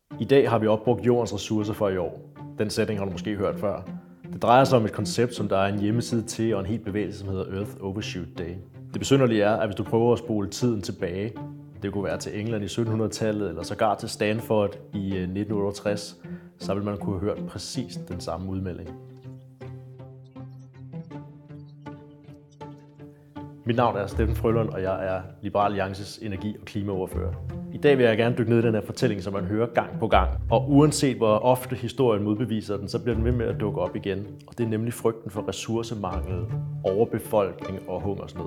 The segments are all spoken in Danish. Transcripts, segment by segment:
I dag har vi opbrugt jordens ressourcer for i år. Den sætning har du måske hørt før. Det drejer sig om et koncept, som der er en hjemmeside til og en helt bevægelse, som hedder Earth Overshoot Day. Det besynderlige er, at hvis du prøver at spole tiden tilbage, det kunne være til England i 1700-tallet eller sågar til Stanford i 1968, så vil man kunne have hørt præcis den samme udmelding. Mit navn er Steffen Frølund, og jeg er Liberal Alliances energi- og klimaordfører. I dag vil jeg gerne dykke ned i den her fortælling, som man hører gang på gang. Og uanset hvor ofte historien modbeviser den, så bliver den ved med at dukke op igen. Og det er nemlig frygten for ressourcemangel, overbefolkning og hungersnød.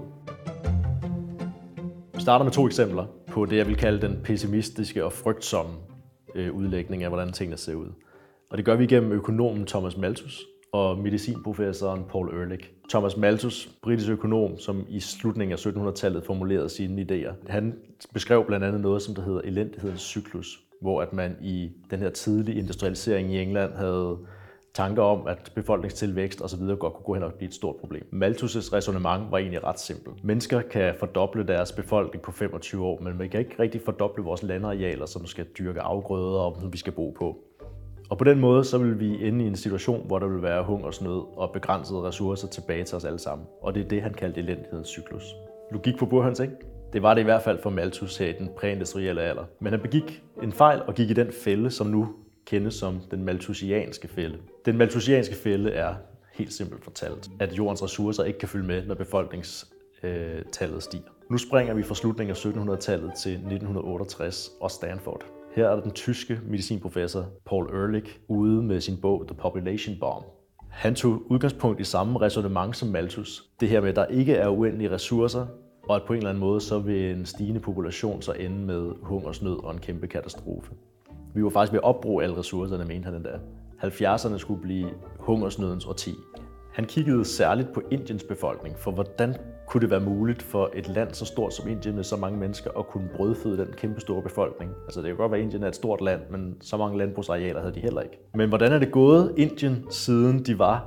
Vi starter med 2 eksempler på det, jeg vil kalde den pessimistiske og frygtsomme udlægning af, hvordan tingene ser ud. Og det gør vi igennem økonomen Thomas Malthus og medicinprofessoren Paul Ehrlich. Thomas Malthus, britisk økonom, som i slutningen af 1700-tallet formulerede sine idéer. Han beskrev blandt andet noget, som der hedder elendighedens cyklus, hvor at man i den her tidlige industrialisering i England havde tanker om, at befolkningstilvækst osv. godt kunne gå hen og blive et stort problem. Malthus' ræsonnement var egentlig ret simpelt. Mennesker kan fordoble deres befolkning på 25 år, men man kan ikke rigtig fordoble vores landarealer, som skal dyrke afgrøder og som vi skal bo på. Og på den måde så vil vi ende i en situation, hvor der vil være hungersnød og begrænsede ressourcer tilbage til os alle sammen. Og det er det, han kaldte elendighedens cyklus. Logik på burhøns, ikke? Det var det i hvert fald for Malthus her i den præindustrielle alder. Men han begik en fejl og gik i den fælde, som nu kendes som den malthusianske fælde. Den malthusianske fælde er helt simpelt fortalt, at jordens ressourcer ikke kan følge med, når befolkningstallet stiger. Nu springer vi fra slutningen af 1700-tallet til 1968 og Stanford. Her er der den tyske medicinprofessor Paul Ehrlich ude med sin bog The Population Bomb. Han tog udgangspunkt i samme ræsonnement som Malthus. Det her med, at der ikke er uendelige ressourcer, og at på en eller anden måde så vil en stigende population så ende med hungersnød og en kæmpe katastrofe. Vi var faktisk ved at opbruge alle ressourcerne, mente han endda. 70'erne skulle blive hungersnødens årti. Han kiggede særligt på Indiens befolkning, for hvordan kunne det være muligt for et land så stort som Indien med så mange mennesker at kunne brødføde den kæmpe store befolkning? Altså det kan godt være, at Indien er et stort land, men så mange landbrugsarealer havde de heller ikke. Men hvordan er det gået Indien, siden de var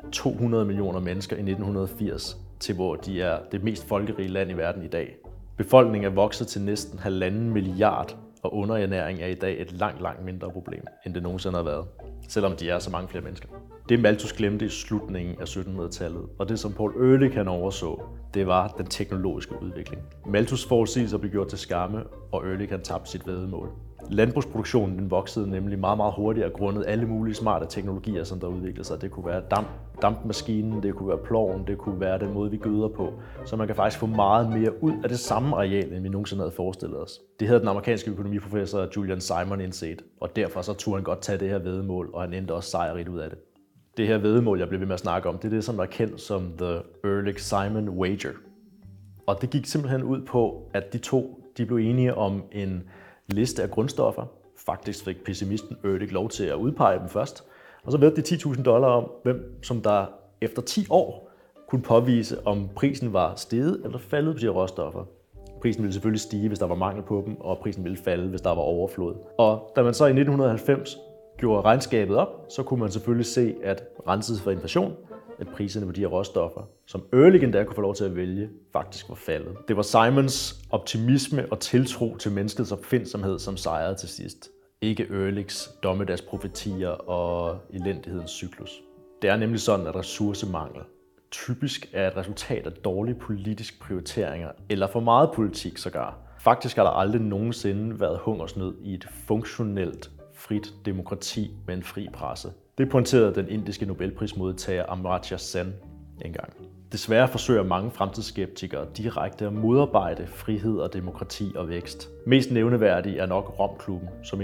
200 millioner mennesker i 1980, til hvor de er det mest folkerige land i verden i dag? Befolkningen er vokset til næsten 1,5 milliard, og underernæring er i dag et langt mindre problem, end det nogensinde har været, selvom de er så mange flere mennesker. Det Malthus glemte i slutningen af 1700-tallet, og det som Paul Ehrlich han overså, det var den teknologiske udvikling. Malthus' forudsigelser blev gjort til skamme, og Ehrlich han tabte sit væddemål. Landbrugsproduktionen den voksede nemlig meget hurtigere grundet alle mulige smarte teknologier, som der udviklede sig. Det kunne være dampmaskinen, det kunne være ploven, det kunne være den måde, vi gøder på. Så man kan faktisk få meget mere ud af det samme areal, end vi nogensinde havde forestillet os. Det havde den amerikanske økonomiprofessor Julian Simon indset, og derfor så turde han godt tage det her væddemål, og han endte også sejrigt ud af det. Det her væddemål, jeg blev ved med at snakke om, det er det, som er kendt som The Ehrlich-Simon Wager. Og det gik simpelthen ud på, at de to blev enige om en liste af grundstoffer. Faktisk fik pessimisten Ehrlich lov til at udpege dem først. Og så vedte de $10.000 om, hvem som der efter 10 år kunne påvise, om prisen var steget eller faldet på de råstoffer. Prisen ville selvfølgelig stige, hvis der var mangel på dem, og prisen ville falde, hvis der var overflod. Og da man så i 1990 gjorde regnskabet op, så kunne man selvfølgelig se, at renset for inflation, at priserne på de her råstoffer, som Ehrlich endda kunne få lov til at vælge, faktisk var faldet. Det var Simons optimisme og tiltro til menneskets opfindsomhed, som sejrede til sidst. Ikke Ehrlichs dommedagsprofetier og elendighedens cyklus. Det er nemlig sådan, at ressourcemangel typisk er et resultat af dårlige politiske prioriteringer, eller for meget politik sågar. Faktisk har der aldrig nogensinde været hungersnød i et funktionelt, frit demokrati med en fri presse. Det pointerede den indiske Nobelprismodtager Amartya Sen engang. Desværre forsøger mange fremtidsskeptikere direkte at modarbejde frihed og demokrati og vækst. Mest nævneværdig er nok Romklubben, som i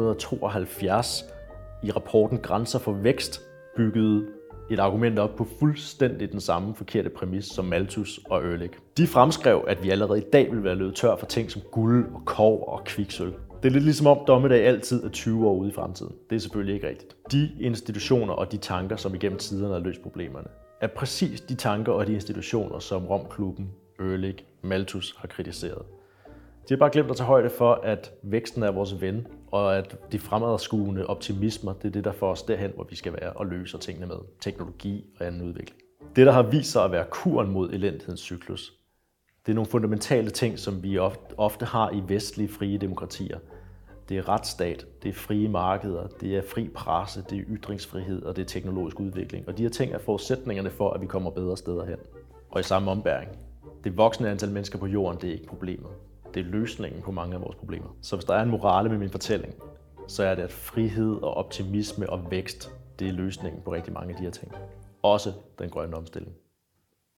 1972 i rapporten Grænser for vækst byggede et argument op på fuldstændig den samme forkerte præmis som Malthus og Ehrlich. De fremskrev, at vi allerede i dag vil være løbet tør for ting som guld og kobber og kviksølv. Det er lidt ligesom om dommedag altid er 20 år ude i fremtiden. Det er selvfølgelig ikke rigtigt. De institutioner og de tanker, som igennem tiderne har løst problemerne, er præcis de tanker og de institutioner, som Romklubben, Ehrlich, Malthus har kritiseret. De har bare glemt at tage højde for, at væksten er vores ven, og at de fremadskuende optimismer, det er det, der får os derhen, hvor vi skal være og løser tingene med teknologi og anden udvikling. Det, der har vist sig at være kuren mod elendighedens cyklus, det er nogle fundamentale ting, som vi ofte har i vestlige frie demokratier. det er retsstat, det er frie markeder, det er fri presse, det er ytringsfrihed og det er teknologisk udvikling. Og de her ting er forudsætningerne for, at vi kommer bedre steder hen. Og i samme ombæring. Det voksende antal mennesker på jorden, det er ikke problemet. Det er løsningen på mange af vores problemer. Så hvis der er en morale med min fortælling, så er det, at frihed og optimisme og vækst, det er løsningen på rigtig mange af de her ting. Også den grønne omstilling.